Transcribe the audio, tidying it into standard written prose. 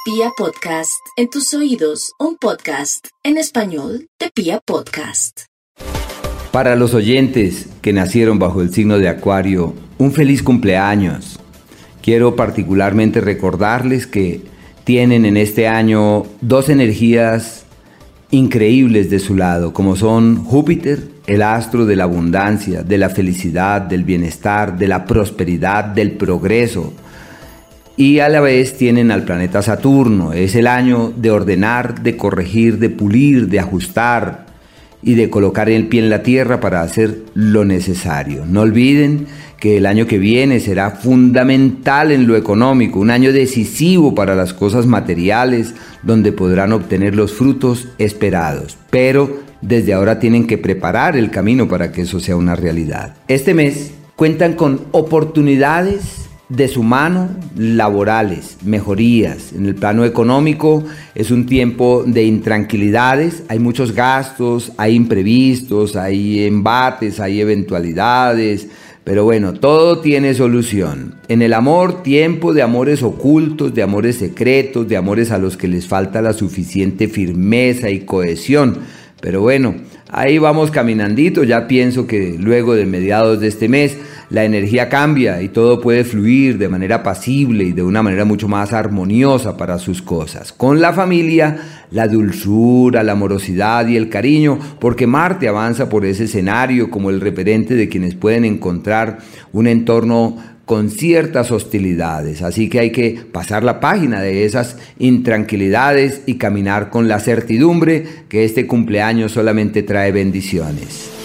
Pia Podcast, en tus oídos, un podcast en español de Pia Podcast. Para los oyentes que nacieron bajo el signo de Acuario, un feliz cumpleaños. Quiero particularmente recordarles que tienen en este año dos energías increíbles de su lado, como son Júpiter, el astro de la abundancia, de la felicidad, del bienestar, de la prosperidad, del progreso. Y a la vez tienen al planeta Saturno. Es el año de ordenar, de corregir, de pulir, de ajustar y de colocar el pie en la tierra para hacer lo necesario. No olviden que el año que viene será fundamental en lo económico, un año decisivo para las cosas materiales, donde podrán obtener los frutos esperados. Pero desde ahora tienen que preparar el camino para que eso sea una realidad. Este mes cuentan con oportunidades de su mano laborales, mejorías. En el plano económico es un tiempo de intranquilidades, hay muchos gastos, hay imprevistos, hay embates, hay eventualidades, pero bueno, todo tiene solución. En el amor, tiempo de amores ocultos, de amores secretos, de amores a los que les falta la suficiente firmeza y cohesión. Pero bueno, ahí vamos caminandito. Ya pienso que luego de mediados de este mes la energía cambia y todo puede fluir de manera pasible y de una manera mucho más armoniosa para sus cosas. Con la familia, la dulzura, la amorosidad y el cariño, porque Marte avanza por ese escenario como el referente de quienes pueden encontrar un entorno con ciertas hostilidades. Así que hay que pasar la página de esas intranquilidades y caminar con la certidumbre que este cumpleaños solamente trae bendiciones.